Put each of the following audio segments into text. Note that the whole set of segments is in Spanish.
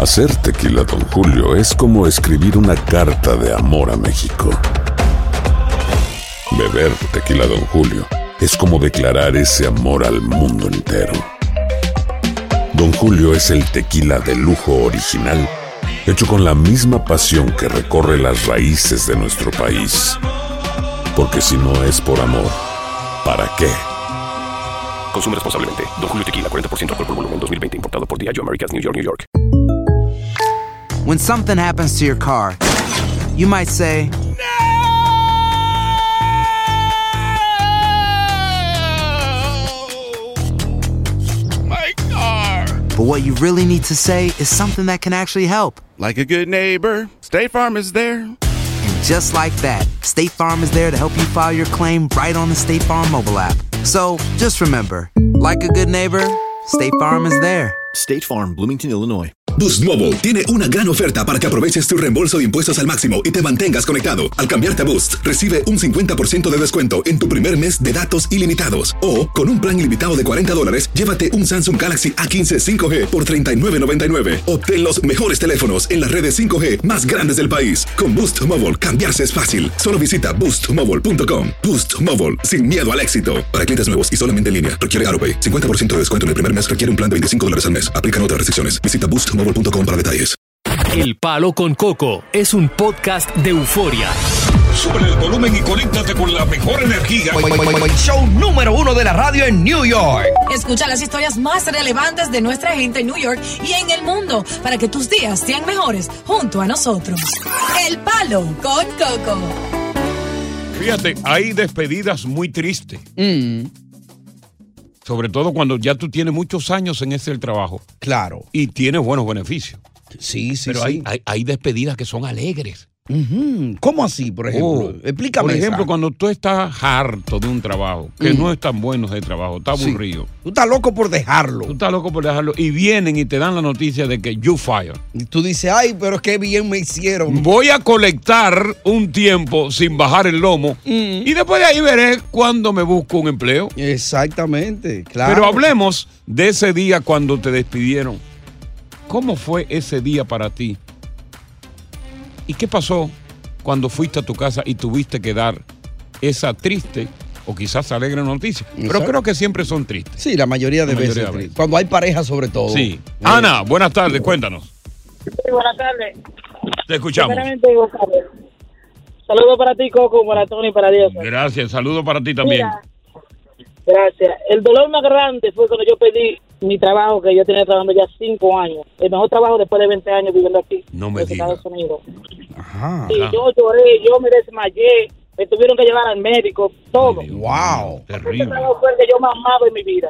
Hacer tequila Don Julio es como escribir una carta de amor a México. Beber tequila Don Julio es como declarar ese amor al mundo entero. Don Julio es el tequila de lujo original, hecho con la misma pasión que recorre las raíces de nuestro país. Porque si no es por amor, ¿para qué? Consume responsablemente. Don Julio Tequila, 40% alcohol por volumen, 2020. Importado por Diageo Americas, New York, New York. When something happens to your car, you might say, My car! but what you really need to say is something that can actually help. Like a good neighbor, State Farm is there. And just like that, State Farm is there to help you file your claim right on the State Farm mobile app. So just remember, like a good neighbor, State Farm is there. State Farm, Bloomington, Illinois. Boost Mobile tiene una gran oferta para que aproveches tu reembolso de impuestos al máximo y te mantengas conectado. Al cambiarte a Boost, recibe un 50% de descuento en tu primer mes de datos ilimitados. O, con un plan ilimitado de $40, llévate un Samsung Galaxy A15 5G por $39.99. Obtén los mejores teléfonos en las redes 5G más grandes del país. Con Boost Mobile, cambiarse es fácil. Solo visita boostmobile.com. Boost Mobile, sin miedo al éxito. Para clientes nuevos y solamente en línea, requiere AroPay. 50% de descuento en el primer mes requiere un plan de $25 al mes. Aplican otras restricciones. Visita boostmobile.com para detalles. El Palo con Coco es un podcast de euforia. Sube el volumen y conéctate con la mejor energía. Show número 1 de la radio en New York. Escucha las historias más relevantes de nuestra gente en New York y en el mundo para que tus días sean mejores junto a nosotros. El Palo con Coco. Fíjate, hay despedidas muy tristes. Sobre todo cuando ya tú tienes muchos años en ese trabajo. Claro. Y tienes buenos beneficios. Sí, sí, pero sí. hay despedidas que son alegres. ¿Cómo así, por ejemplo? Explícame. Por ejemplo, esa. cuando tú estás harto de un trabajo, que no es tan bueno ese trabajo, está aburrido. Tú estás loco por dejarlo. Tú estás loco por dejarlo y vienen y te dan la noticia de que you fire. Y tú dices, ay, pero qué bien me hicieron. Voy a colectar un tiempo sin bajar el lomo y después de ahí veré cuándo me busco un empleo. Exactamente, claro. Pero hablemos de ese día cuando te despidieron. ¿Cómo fue ese día para ti? ¿Y qué pasó cuando fuiste a tu casa y tuviste que dar esa triste o quizás alegre noticia? Pero creo que siempre son tristes. Sí, la mayoría de veces. Cuando hay pareja, sobre todo. Sí. Ana, buenas tardes, cuéntanos. Sí, buenas tardes. Te escuchamos. Saludos para ti, Coco, para Tony, para Dios. Gracias, saludos para ti también. Mira, gracias. El dolor más grande fue cuando yo perdí mi trabajo, que yo tenía trabajando ya 5 años. El mejor trabajo después de 20 años viviendo aquí. No me digas. Estados Unidos. Ajá. Sí, yo lloré, yo me desmayé, me tuvieron que llevar al médico, todo. Wow. Terrible. Ese trabajo fue el que yo más amaba en mi vida.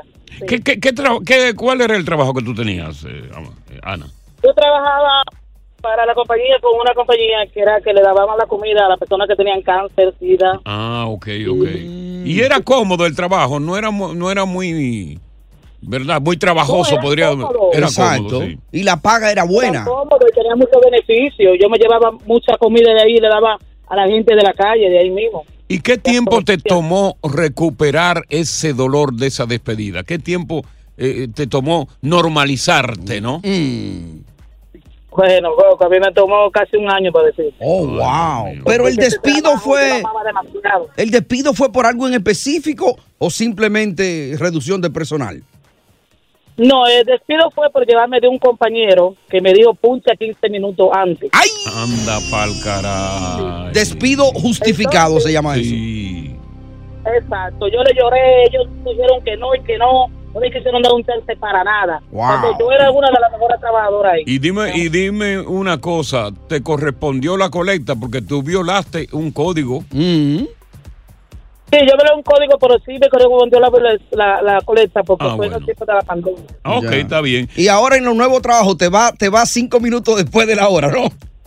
Sí. ¿Cuál era el trabajo que tú tenías, Ana? Yo trabajaba para la compañía, con una compañía que era que le daban la comida a las personas que tenían cáncer, sida. Ah, ok. Y era cómodo el trabajo, no era muy, ¿verdad? Muy trabajoso, era cómodo, sí. Y la paga era buena. Era cómodo y tenía muchos beneficios. Yo me llevaba mucha comida de ahí y le daba a la gente de la calle, de ahí mismo. ¿Y qué tiempo te tomó recuperar ese dolor de esa despedida? ¿Qué tiempo te tomó normalizarte, no? Bueno, a mí me tomó casi un año para decir. Oh, wow. Pero el despido fue... ¿El despido fue por algo en específico o simplemente reducción de personal? No, el despido fue por llevarme de un compañero que me dio puncha 15 minutos antes. ¡Ay! Anda pa'l caray. Despido justificado. Entonces, se llama eso. Exacto. Yo le lloré, ellos dijeron que no y que no. No me quisieron dar un chance para nada. Wow. Cuando yo era una de las mejores trabajadoras ahí. Y dime una cosa, ¿te correspondió la colecta? Porque tú violaste un código. Sí, yo violé un código, pero sí me correspondió la colecta porque fue en el tiempo de la pandemia. Ok, está bien. Y ahora en los nuevos trabajos te va 5 minutos después de la hora, ¿no?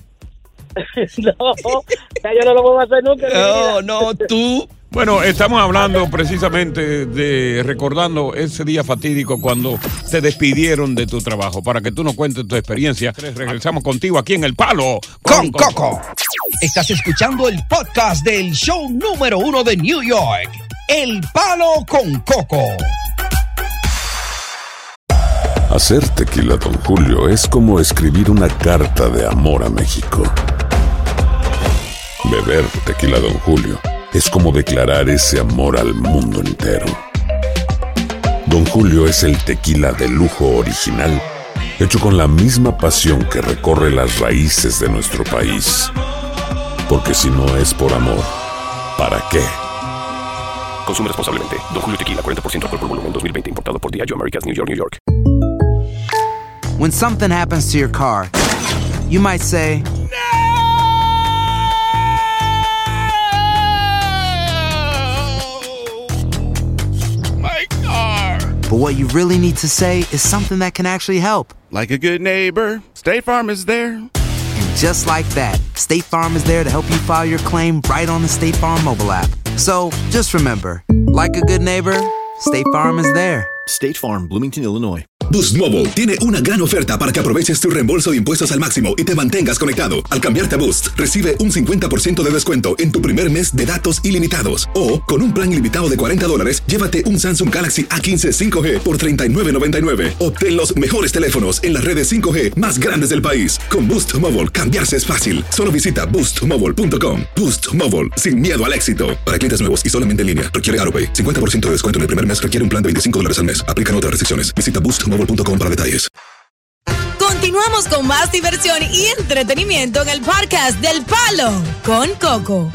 No, ya yo no lo voy a hacer nunca. No, tú... Bueno, estamos hablando precisamente de recordando ese día fatídico cuando te despidieron de tu trabajo. Para que tú nos cuentes tu experiencia, regresamos contigo aquí en El Palo con Coco. Estás escuchando el podcast del show número 1 de New York, El Palo con Coco. Hacer tequila Don Julio es como escribir una carta de amor a México. Beber tequila Don Julio es como declarar ese amor al mundo entero. Don Julio es el tequila de lujo original, hecho con la misma pasión que recorre las raíces de nuestro país. Porque si no es por amor, ¿para qué? Consume responsablemente. Don Julio Tequila, 40% alcohol por volumen, 2020. Importado por Diageo Americas, New York, New York. When something happens to your car, you might say, My car. but what you really need to say is something that can actually help. Like a good neighbor, State Farm is there. And just like that, State Farm is there to help you file your claim right on the State Farm mobile app. So just remember, like a good neighbor, State Farm is there. State Farm, Bloomington, Illinois. Boost Mobile tiene una gran oferta para que aproveches tu reembolso de impuestos al máximo y te mantengas conectado. Al cambiarte a Boost, recibe un 50% de descuento en tu primer mes de datos ilimitados. O, con un plan ilimitado de $40, llévate un Samsung Galaxy A15 5G por $39.99. Obtén los mejores teléfonos en las redes 5G más grandes del país. Con Boost Mobile, cambiarse es fácil. Solo visita boostmobile.com. Boost Mobile, sin miedo al éxito. Para clientes nuevos y solamente en línea, requiere AroPay. 50% de descuento en el primer mes requiere un plan de $25 al mes. Aplican otras restricciones. Visita boostmobile.com para detalles. Continuamos con más diversión y entretenimiento en el podcast del Palo con Coco.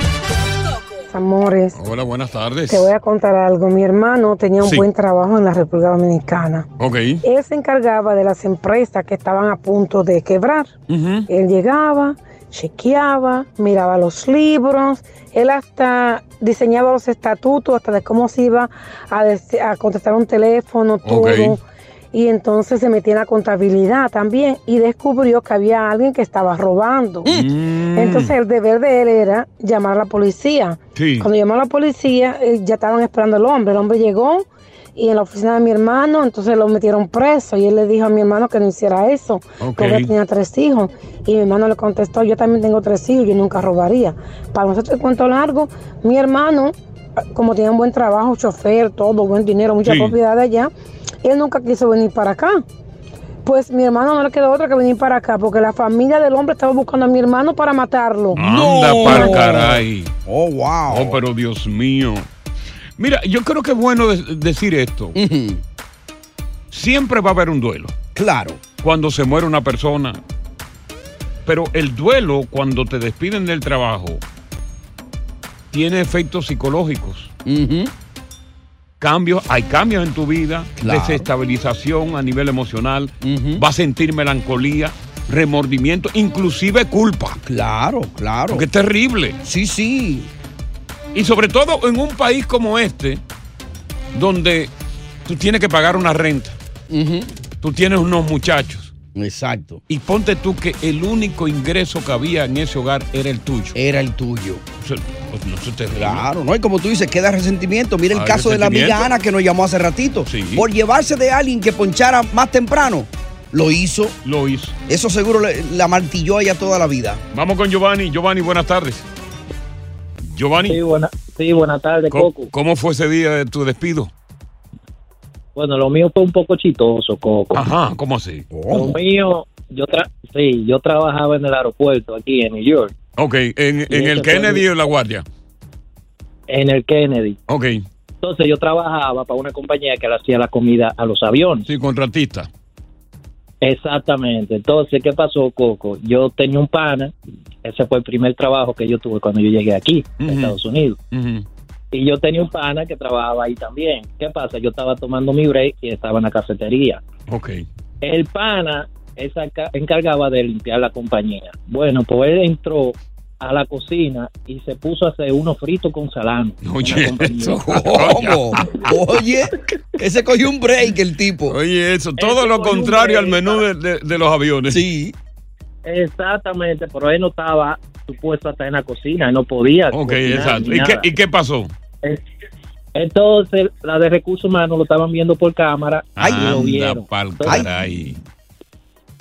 Amores. Hola, buenas tardes. Te voy a contar algo. Mi hermano tenía un Sí. buen trabajo en la República Dominicana. Ok. Él se encargaba de las empresas que estaban a punto de quebrar. Ujú. Él llegaba, chequeaba, miraba los libros. Él hasta diseñaba los estatutos, hasta de cómo se iba a contestar un teléfono, todo. Ok. Y entonces se metía en la contabilidad también y descubrió que había alguien que estaba robando. Entonces el deber de él era llamar a la policía. Sí. Cuando llamó a la policía, ya estaban esperando al hombre. El hombre llegó y en la oficina de mi hermano, entonces lo metieron preso. Y él le dijo a mi hermano que no hiciera eso, Ok. porque él tenía 3 hijos. Y mi hermano le contestó, yo también tengo 3 hijos, yo nunca robaría. Para nosotros, el cuento largo, mi hermano, como tenía un buen trabajo, chofer, todo, buen dinero, mucha Sí. propiedad allá, él nunca quiso venir para acá. Pues mi hermano no le quedó otra que venir para acá, porque la familia del hombre estaba buscando a mi hermano para matarlo. Anda para caray. Oh, wow. Oh, pero Dios mío. Mira, yo creo que es bueno decir esto. Siempre va a haber un duelo. Claro. Cuando se muere una persona. Pero el duelo, cuando te despiden del trabajo, tiene efectos psicológicos. Hay cambios en tu vida, Claro. desestabilización a nivel emocional, vas a sentir melancolía, remordimiento, inclusive culpa. Claro, claro. Porque es terrible. Sí, sí. Y sobre todo en un país como este, donde tú tienes que pagar una renta, tú tienes unos muchachos. Exacto. Y ponte tú que el único ingreso que había en ese hogar era el tuyo. Era el tuyo. Eso es terrible. Claro, ¿no? Y como tú dices, queda resentimiento. Mira el Hay caso de la amiga resentimiento. Ana que nos llamó hace ratito. Sí. Por llevarse de alguien que ponchara más temprano. Lo hizo. Lo hizo. Eso seguro la martilló a ella toda la vida. Vamos con Giovanni. Giovanni, buenas tardes. Giovanni. Sí, buenas tardes, Coco. ¿Cómo fue ese día de tu despido? Bueno, lo mío fue un poco chistoso, Coco. Ajá, ¿cómo así? Lo mío, yo trabajaba en el aeropuerto aquí en New York. Ok, ¿en Y el ese Kennedy fue o La Guardia? En el Kennedy. Ok. Entonces yo trabajaba para una compañía que le hacía la comida a los aviones. Sí, contratista. Exactamente. Entonces, ¿qué pasó, Coco? Yo tenía un pana, ese fue el primer trabajo que yo tuve cuando yo llegué aquí, a Estados Unidos. Y yo tenía un pana que trabajaba ahí también. ¿Qué pasa? Yo estaba tomando mi break y estaba en la cafetería. Ok. El pana encargaba de limpiar la compañía. Bueno, pues él entró a la cocina y se puso a hacer unos fritos con salami. Oye, eso. ¿Cómo? Oye, ese cogió un break el tipo. Oye, eso, todo lo contrario al menú de los aviones. Sí. Exactamente, pero él no estaba supuesto a estar en la cocina, él no podía. Ok, cocinar exacto. ni nada. ¿Y qué pasó? Entonces, la de recursos humanos lo estaban viendo por cámara. y lo Anda vieron. pa'l Entonces, caray.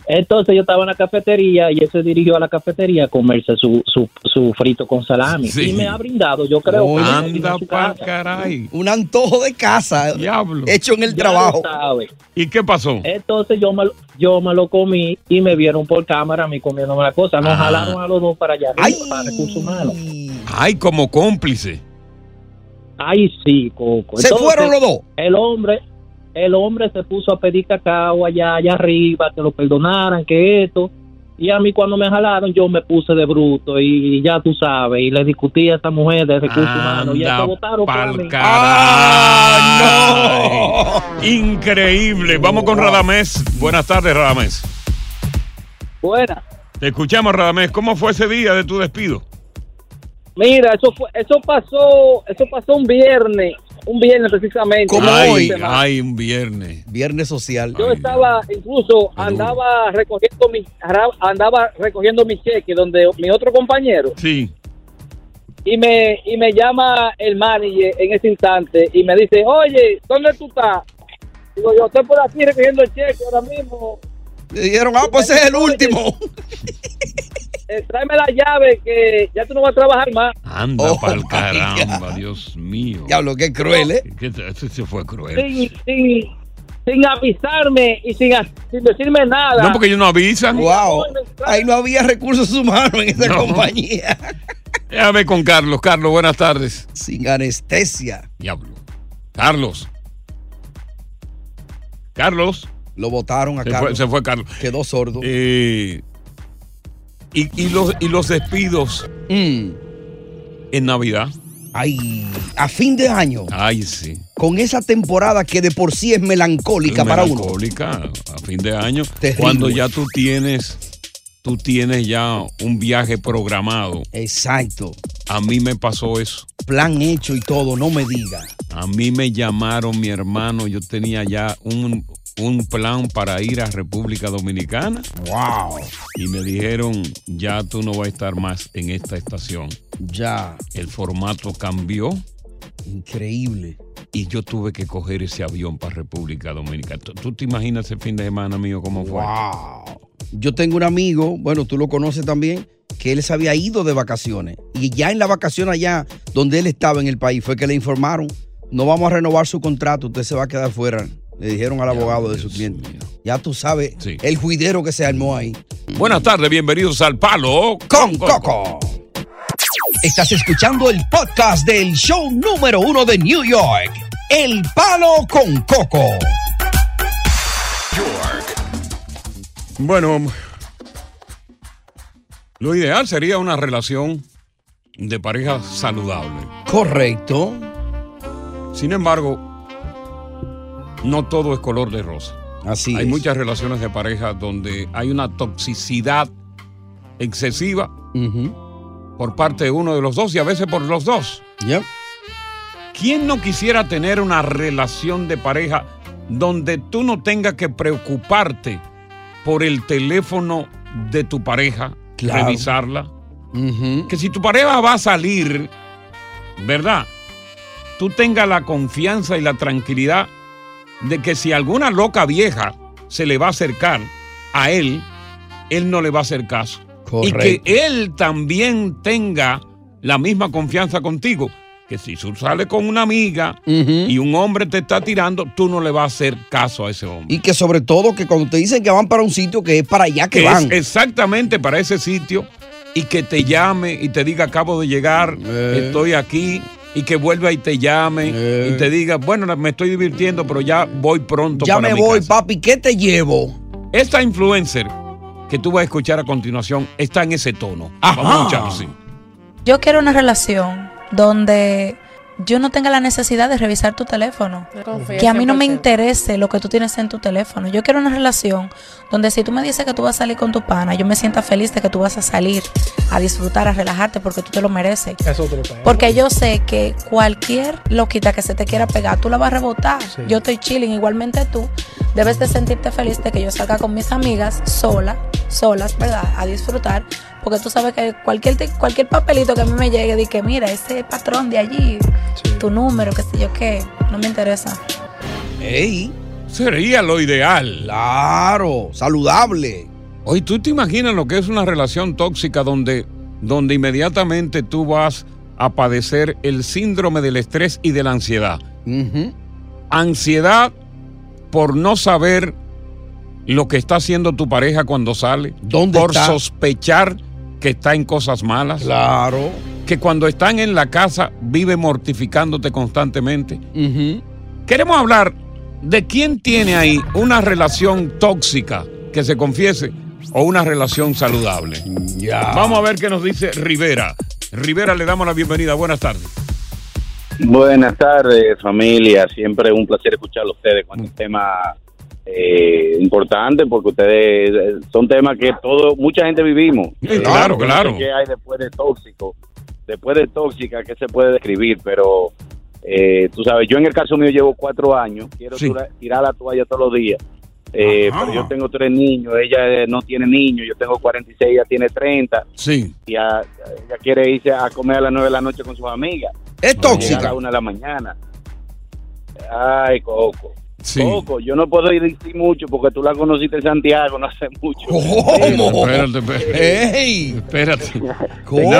Entonces yo estaba en la cafetería y él se dirigió a la cafetería a comerse su frito con salami. Sí. Y me ha brindado, yo creo. Oye, anda pa'l caray. Un antojo de casa. Diablo. Hecho en el Ya trabajo. lo sabe. ¿Y qué pasó? Entonces yo me lo comí y me vieron por cámara a mí comiéndome la cosa. Nos jalaron a los dos para allá, para recursos humanos. Ay, como cómplice. Ay, sí, Coco. ¿Se fueron los dos? El hombre se puso a pedir cacao allá arriba, que lo perdonaran, que esto. Y a mí cuando me jalaron, yo me puse de bruto y ya tú sabes, y le discutí a esta mujer de recursos humanos y ya se votaron para mí. ¡Ah, no! Increíble. Vamos con Radamés. Buenas tardes, Radamés. Buenas. Te escuchamos, Radamés. ¿Cómo fue ese día de tu despido? Mira, eso pasó un viernes precisamente. ¿Cómo hoy? Ay, un viernes. Viernes social. Yo andaba recogiendo mi cheque donde mi otro compañero. Sí. Y me llama el manager en ese instante y me dice, oye, ¿dónde tú estás? Digo, yo estoy por aquí recogiendo el cheque ahora mismo. Le dijeron, pues ese es el último. Tráeme la llave que ya tú no vas a trabajar más. Anda pa'l caramba, Dios mío. Diablo, qué cruel, ¿eh? Ese fue cruel. Sin avisarme y sin decirme nada. No, porque ellos no avisan. Wow. Ahí no había recursos humanos en esa compañía. Déjame con Carlos. Carlos, buenas tardes. Sin anestesia. Diablo. Carlos. Lo botaron a Carlos. Se fue Carlos. Quedó sordo. Y los despidos en Navidad. Ay, a fin de año. Ay, sí. Con esa temporada que de por sí es melancólica para uno. Melancólica, a fin de año. Terrible. Cuando ya tú tienes ya un viaje programado. Exacto. A mí me pasó eso. Plan hecho y todo, no me diga. A mí me llamaron, mi hermano, yo tenía ya un plan para ir a República Dominicana. Wow. Y me dijeron, ya tú no vas a estar más en esta estación. Ya. El formato cambió. Increíble. Y yo tuve que coger ese avión para República Dominicana. ¿Tú te imaginas ese fin de semana mío cómo fue? Wow. Yo tengo un amigo, bueno, tú lo conoces también, que él se había ido de vacaciones. Y ya en la vacación allá, donde él estaba en el país, fue que le informaron, no vamos a renovar su contrato, usted se va a quedar fuera. Le dijeron al abogado de su cliente. Ya tú sabes, sí, el juidero que se armó ahí. Buenas tardes, bienvenidos al Palo con Coco. Estás escuchando el podcast del show número 1 de New York, El Palo con Coco. Bueno, lo ideal sería una relación de pareja saludable. Correcto. Sin embargo, no todo es color de rosa. Así hay es. muchas relaciones de pareja donde hay una toxicidad excesiva por parte de uno de los dos y a veces por los dos. Yep. ¿Quién no quisiera tener una relación de pareja donde tú no tengas que preocuparte por el teléfono de tu pareja, claro, revisarla? Que si tu pareja va a salir, ¿verdad? Tú tengas la confianza y la tranquilidad de que si alguna loca vieja se le va a acercar a él no le va a hacer caso. Correcto. Y que él también tenga la misma confianza contigo. Que si tú sales con una amiga y un hombre te está tirando, tú no le vas a hacer caso a ese hombre. Y que sobre todo que cuando te dicen que van para un sitio, que es para allá que van. Es exactamente para ese sitio y que te llame y te diga acabo de llegar, estoy aquí. Y que vuelva y te llame y te diga, bueno, me estoy divirtiendo, pero ya voy pronto ya para me mi voy, casa. papi, ¿qué te llevo? Esta influencer que tú vas a escuchar a continuación está en ese tono. Ajá. Vamos a escucharlo, sí. Yo quiero una relación donde yo no tenga la necesidad de revisar tu teléfono. Que a mí no me interese lo que tú tienes en tu teléfono. Yo quiero una relación donde si tú me dices que tú vas a salir con tu pana, yo me sienta feliz de que tú vas a salir a disfrutar, a relajarte porque tú te lo mereces. Porque yo sé que cualquier loquita que se te quiera pegar, tú la vas a rebotar. Sí. Yo estoy chilling, igualmente tú. Debes de sentirte feliz de que yo salga con mis amigas solas, ¿verdad? A disfrutar. Porque tú sabes que cualquier papelito que a mí me llegue, de que mira, ese patrón de allí, sí, tu número, qué sé yo qué, no me interesa. ¡Ey! Sería lo ideal. Claro, saludable. Oye, ¿tú te imaginas lo que es una relación tóxica donde inmediatamente tú vas a padecer el síndrome del estrés y de la ansiedad? Ansiedad por no saber lo que está haciendo tu pareja cuando sale. ¿Dónde por está? sospechar que está en cosas malas. Claro. Que cuando están en la casa vive mortificándote constantemente. Queremos hablar de quién tiene ahí una relación tóxica que se confiese o una relación saludable. Vamos a ver qué nos dice Rivera. Rivera, le damos la bienvenida. Buenas tardes. Buenas tardes, familia. Siempre un placer escucharlo a ustedes con un tema importante, porque ustedes son temas que mucha gente vivimos. Claro. ¿Qué hay después de tóxico? Después de tóxica, ¿qué se puede describir? Pero tú sabes, yo en el caso mío llevo 4 años. Quiero tirar la toalla todos los días. Pero yo tengo 3 niños, ella no tiene niños, yo tengo 46, ella tiene 30. Sí. Y ella quiere irse a comer a las 9 de la noche con sus amigas. Es tóxica. A las 1 de la mañana. Ay, Coco. Sí. Coco, yo no puedo ir mucho porque tú la conociste en Santiago no hace mucho. ¿Cómo? Espérate. ¡Ey! Espérate. ¿Cómo?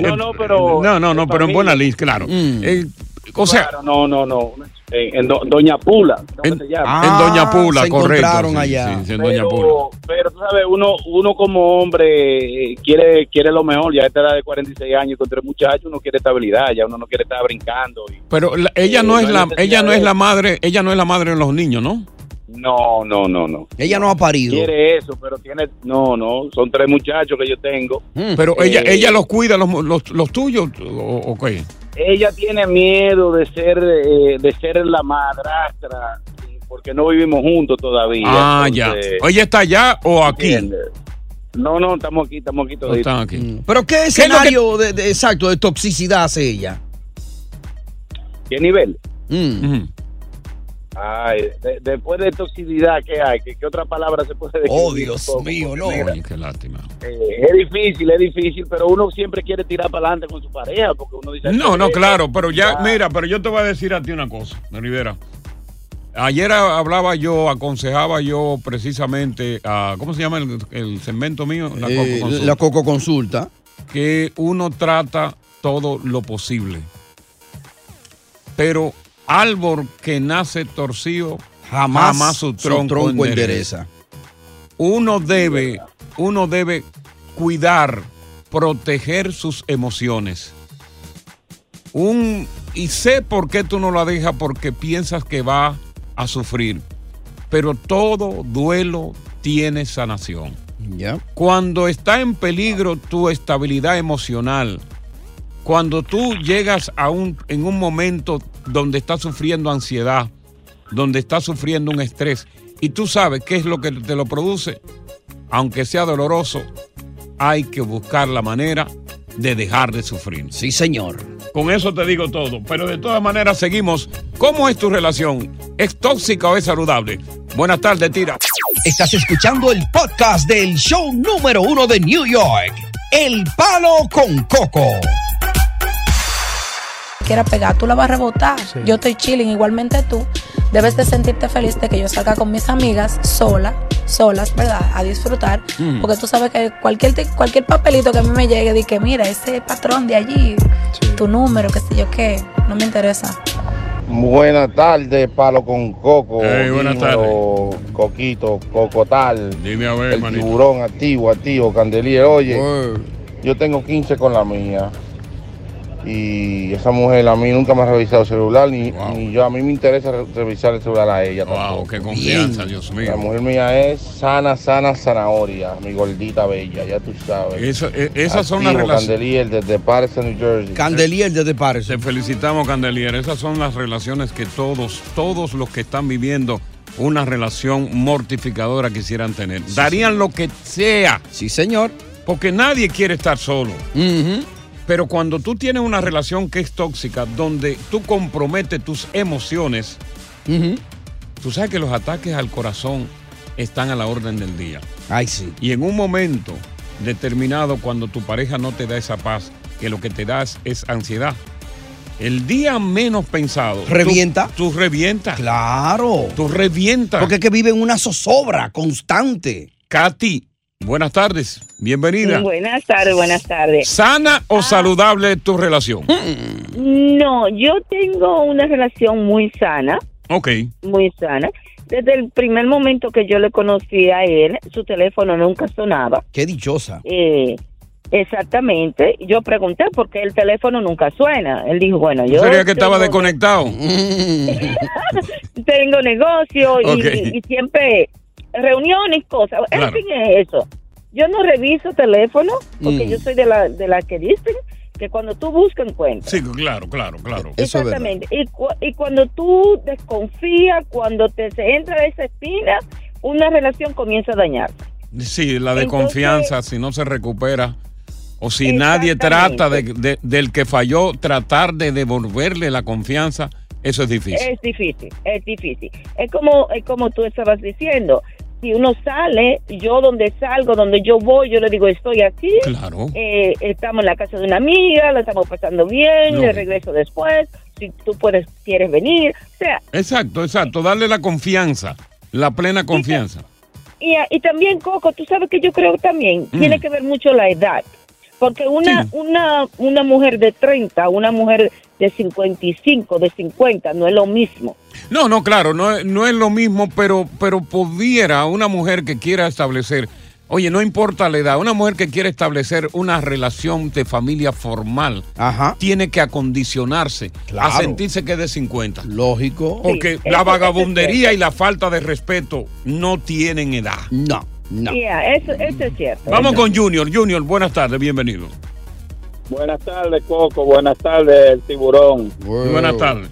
No, pero en buena lista, claro. O sea, claro, no. En Doña Pula. En Doña Pula, se correcto. encontraron allá. Sí, en Doña Pula. Pero tú sabes, uno como hombre quiere lo mejor. Ya a esta edad de 46 años con 3 muchachos, uno quiere estabilidad, ya uno no quiere estar brincando. Pero ella no es la madre de los niños, ¿no? No. Ella no ha parido. Quiere eso, pero tiene... No, son 3 muchachos que yo tengo. Pero ella los cuida, los tuyos, ¿o qué? Ella tiene miedo de ser la madrastra, porque no vivimos juntos todavía. Entonces, ya. ¿Ella está allá o aquí? ¿Entiendes? No, estamos aquí todavía. Están aquí. ¿Pero qué escenario exacto de toxicidad hace ella? ¿Qué nivel? Ay, después de toxicidad, ¿qué hay? ¿Qué otra palabra se puede decir? Oh, Dios mío, no. Oye, qué lástima. Es difícil, pero uno siempre quiere tirar para adelante con su pareja, porque uno dice... No, claro, pero pero yo te voy a decir a ti una cosa, Rivera. Ayer aconsejaba yo precisamente a... ¿Cómo se llama el segmento mío? La Coco Consulta. Que uno trata todo lo posible. Pero... árbol que nace torcido jamás su tronco endereza. Uno debe cuidar, proteger sus emociones. Y sé por qué tú no la dejas, porque piensas que va a sufrir. Pero todo duelo tiene sanación. Cuando está en peligro tu estabilidad emocional, cuando tú llegas en un momento donde estás sufriendo ansiedad, donde estás sufriendo un estrés, y tú sabes qué es lo que te lo produce, aunque sea doloroso, hay que buscar la manera de dejar de sufrir. Sí, señor. Con eso te digo todo, pero de todas maneras seguimos. ¿Cómo es tu relación? ¿Es tóxica o es saludable? Buenas tardes, Tira. Estás escuchando el podcast del show número 1 de New York, El Palo con Coco. Quiera pegar, tú la vas a rebotar. Yo estoy chilling, igualmente tú. Debes de sentirte feliz de que yo salga con mis amigas solas, ¿verdad? A disfrutar. Porque tú sabes que cualquier papelito que a mí me llegue, de que mira, ese patrón de allí, tu número, qué sé yo qué, no me interesa. Buenas tardes, Palo con Coco. Buenas tardes. Coquito, Cocotal. Dime a ver, el manito. tiburón activo, Candelier. Oye, yo tengo 15 con la mía. Y esa mujer a mí nunca me ha revisado el celular, ni yo. A mí me interesa revisar el celular a ella. Wow, qué confianza, Dios mío. La mujer mía es sana zanahoria, mi gordita bella, ya tú sabes. Esas son las relaciones. Candelier desde Patterson, New Jersey. Candelier desde Patterson. Te felicitamos, Candelier. Esas son las relaciones que todos los que están viviendo una relación mortificadora quisieran tener. Darían lo que sea. Sí, señor. Porque nadie quiere estar solo. Pero cuando tú tienes una relación que es tóxica, donde tú comprometes tus emociones, tú sabes que los ataques al corazón están a la orden del día. Ay, sí. Y en un momento determinado, cuando tu pareja no te da esa paz, que lo que te da es ansiedad, el día menos pensado... ¿Revienta? Tú revientas. Claro. Tú revientas. Porque es que vive en una zozobra constante. Katy, Buenas tardes, bienvenida. Buenas tardes. ¿Sana o saludable tu relación? No, yo tengo una relación muy sana. Ok. Muy sana. Desde el primer momento que yo le conocí a él, su teléfono nunca sonaba. Qué dichosa. Exactamente. Yo pregunté por qué el teléfono nunca suena. Él dijo, bueno, yo... ¿Sería que estaba desconectado? Tengo negocio y siempre reuniones, cosas. Claro. En fin, es eso. Yo no reviso teléfono porque yo soy de la que dicen que cuando tú buscas, encuentras. Sí, claro. Exactamente. Y cuando tú desconfías, cuando se entra esa espina, una relación comienza a dañarse. Sí, la desconfianza, si no se recupera, o si nadie trata del que falló, tratar de devolverle la confianza, eso es difícil. Es difícil. Es como tú estabas diciendo. Si uno sale, yo donde salgo, donde yo voy, yo le digo, estoy aquí. Claro. Estamos en la casa de una amiga, la estamos pasando bien, le regreso después. Si tú quieres venir, o sea. Exacto. Darle la confianza, la plena confianza. Y también, Coco, tú sabes que yo creo también tiene que ver mucho la edad. Porque una mujer de 30, una mujer de 55, de 50, no es lo mismo. No, claro, no es lo mismo, pero pudiera una mujer que quiera establecer, oye, no importa la edad, una mujer que quiere establecer una relación de familia formal, tiene que acondicionarse a sentirse que es de 50. Lógico. Porque la vagabundería y la falta de respeto no tienen edad. No. Eso es cierto. Vamos con Junior. Junior, buenas tardes, bienvenido. Buenas tardes, Coco. Buenas tardes, el tiburón. Buenas tardes.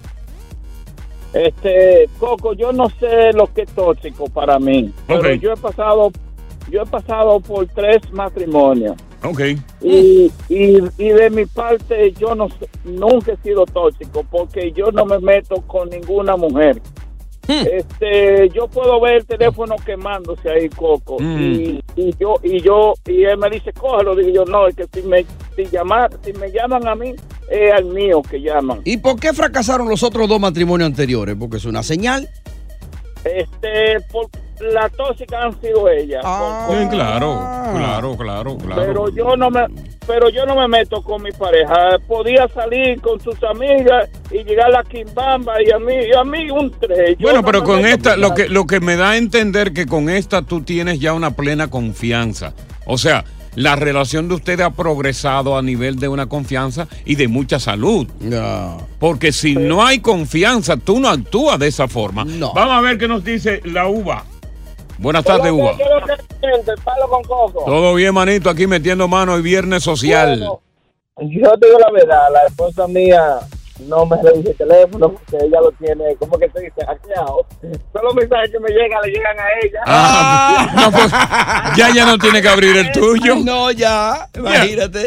Coco, yo no sé lo que es tóxico para mí, pero yo he pasado por 3 matrimonios. Okay. Y de mi parte yo nunca he sido tóxico porque yo no me meto con ninguna mujer. Yo puedo ver el teléfono quemándose ahí, Coco, y él me dice, cógelo, digo yo, no, es que si me llaman a mí, es al mío que llaman. ¿Y por qué fracasaron los otros 2 matrimonios anteriores? Porque es una señal. Por la tóxica han sido ellas. Claro. Pero yo no me meto con mi pareja. Podía salir con sus amigas y llegar a la quimbamba y a mí un 3. Bueno, pero con esta, lo que me da a entender que con esta tú tienes ya una plena confianza. O sea, la relación de ustedes ha progresado a nivel de una confianza y de mucha salud. Porque si no hay confianza, tú no actúas de esa forma. Vamos a ver qué nos dice la uva. Buenas tardes, Uva. El palo con Coco. Todo bien, manito, aquí metiendo mano hoy viernes social. Bueno, yo te digo la verdad, la esposa mía no me revisa el teléfono porque ella lo tiene, ¿cómo que se dice? Hackeado. Todos los mensajes que me llegan le llegan a ella. No, pues, ya no tiene que abrir el tuyo. No, ya, imagínate.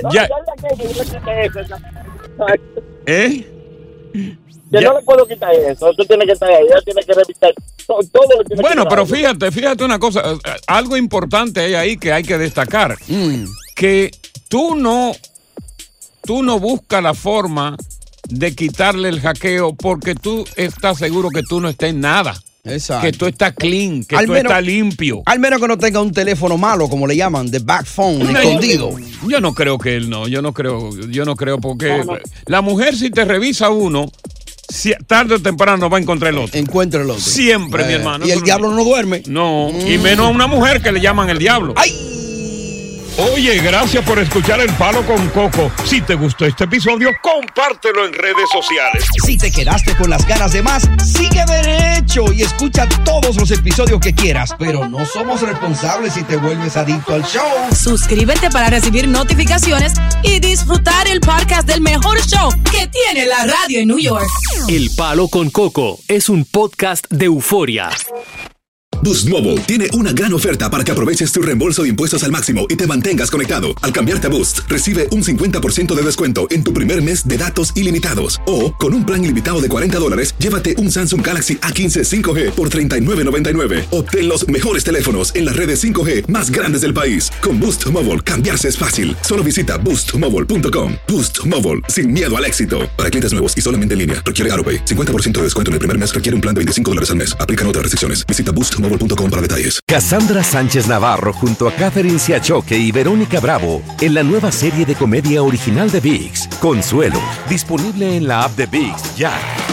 Yo no le puedo quitar eso, tú tienes que estar ahí, ella tiene que revisar todo lo que Bueno, pero fíjate una cosa, algo importante hay ahí que hay que destacar, que tú no buscas la forma de quitarle el hackeo porque tú estás seguro que tú no estés en nada. Exacto. Que tú estás clean, que tú estás limpio. Al menos que no tenga un teléfono malo, como le llaman, de back phone, escondido. Yo no creo que él yo no creo porque la mujer si te revisa uno, tarde o temprano va a encontrar el otro. Encuentra el otro. Siempre, mi hermano. Y el diablo no duerme. No, y menos a una mujer que le llaman el diablo. ¡Ay! Oye, gracias por escuchar El Palo con Coco. Si te gustó este episodio, compártelo en redes sociales. Si te quedaste con las ganas de más, sigue derecho y escucha todos los episodios que quieras. Pero no somos responsables si te vuelves adicto al show. Suscríbete para recibir notificaciones y disfrutar el podcast del mejor show que tiene la radio en New York. El Palo con Coco es un podcast de euforia. Boost Mobile tiene una gran oferta para que aproveches tu reembolso de impuestos al máximo y te mantengas conectado. Al cambiarte a Boost, recibe un 50% de descuento en tu primer mes de datos ilimitados. O, con un plan ilimitado de $40, llévate un Samsung Galaxy A15 5G por $39.99. Obtén los mejores teléfonos en las redes 5G más grandes del país. Con Boost Mobile, cambiarse es fácil. Solo visita boostmobile.com. Boost Mobile, sin miedo al éxito. Para clientes nuevos y solamente en línea, requiere AroPay. 50% de descuento en el primer mes requiere un plan de $25 al mes. Aplican otras restricciones. Visita boostmobile.com. boostmobile.com para detalles. Cassandra Sánchez Navarro junto a Catherine Siachoque y Verónica Bravo en la nueva serie de comedia original de ViX, Consuelo, disponible en la app de ViX ya.